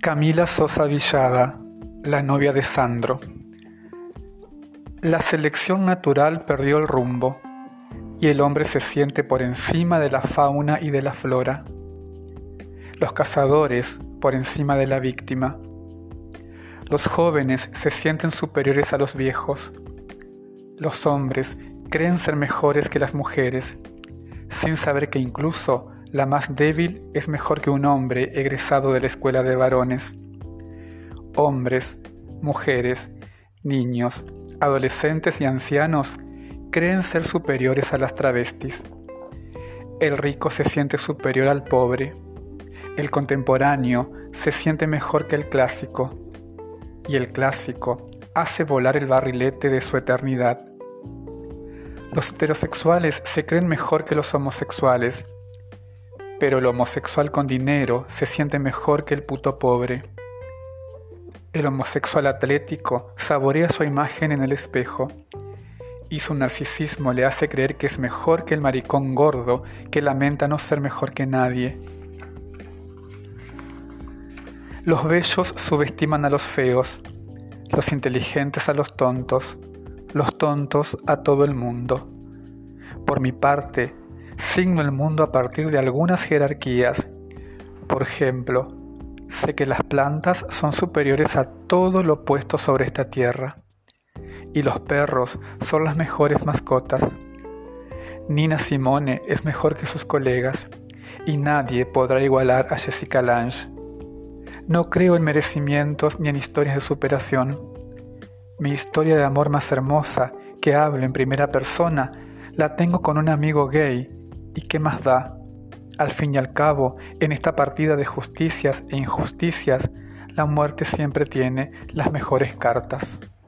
Camila Sosa Villada, la novia de Sandro. La selección natural perdió el rumbo y el hombre se siente por encima de la fauna y de la flora. Los cazadores por encima de la víctima. Los jóvenes se sienten superiores a los viejos. Los hombres creen ser mejores que las mujeres, sin saber que incluso la más débil es mejor que un hombre egresado de la escuela de varones. Hombres, mujeres, niños, adolescentes y ancianos creen ser superiores a las travestis. El rico se siente superior al pobre. El contemporáneo se siente mejor que el clásico. Y el clásico hace volar el barrilete de su eternidad. Los heterosexuales se creen mejor que los homosexuales, pero el homosexual con dinero se siente mejor que el puto pobre. El homosexual atlético saborea su imagen en el espejo y su narcisismo le hace creer que es mejor que el maricón gordo que lamenta no ser mejor que nadie. Los bellos subestiman a los feos, los inteligentes a los tontos a todo el mundo. Por mi parte, signo el mundo a partir de algunas jerarquías. Por ejemplo, sé que las plantas son superiores a todo lo puesto sobre esta tierra, y los perros son las mejores mascotas. Nina Simone es mejor que sus colegas, y nadie podrá igualar a Jessica Lange. No creo en merecimientos ni en historias de superación. Mi historia de amor más hermosa, que hablo en primera persona, la tengo con un amigo gay. ¿Y qué más da? Al fin y al cabo, en esta partida de justicias e injusticias, la muerte siempre tiene las mejores cartas.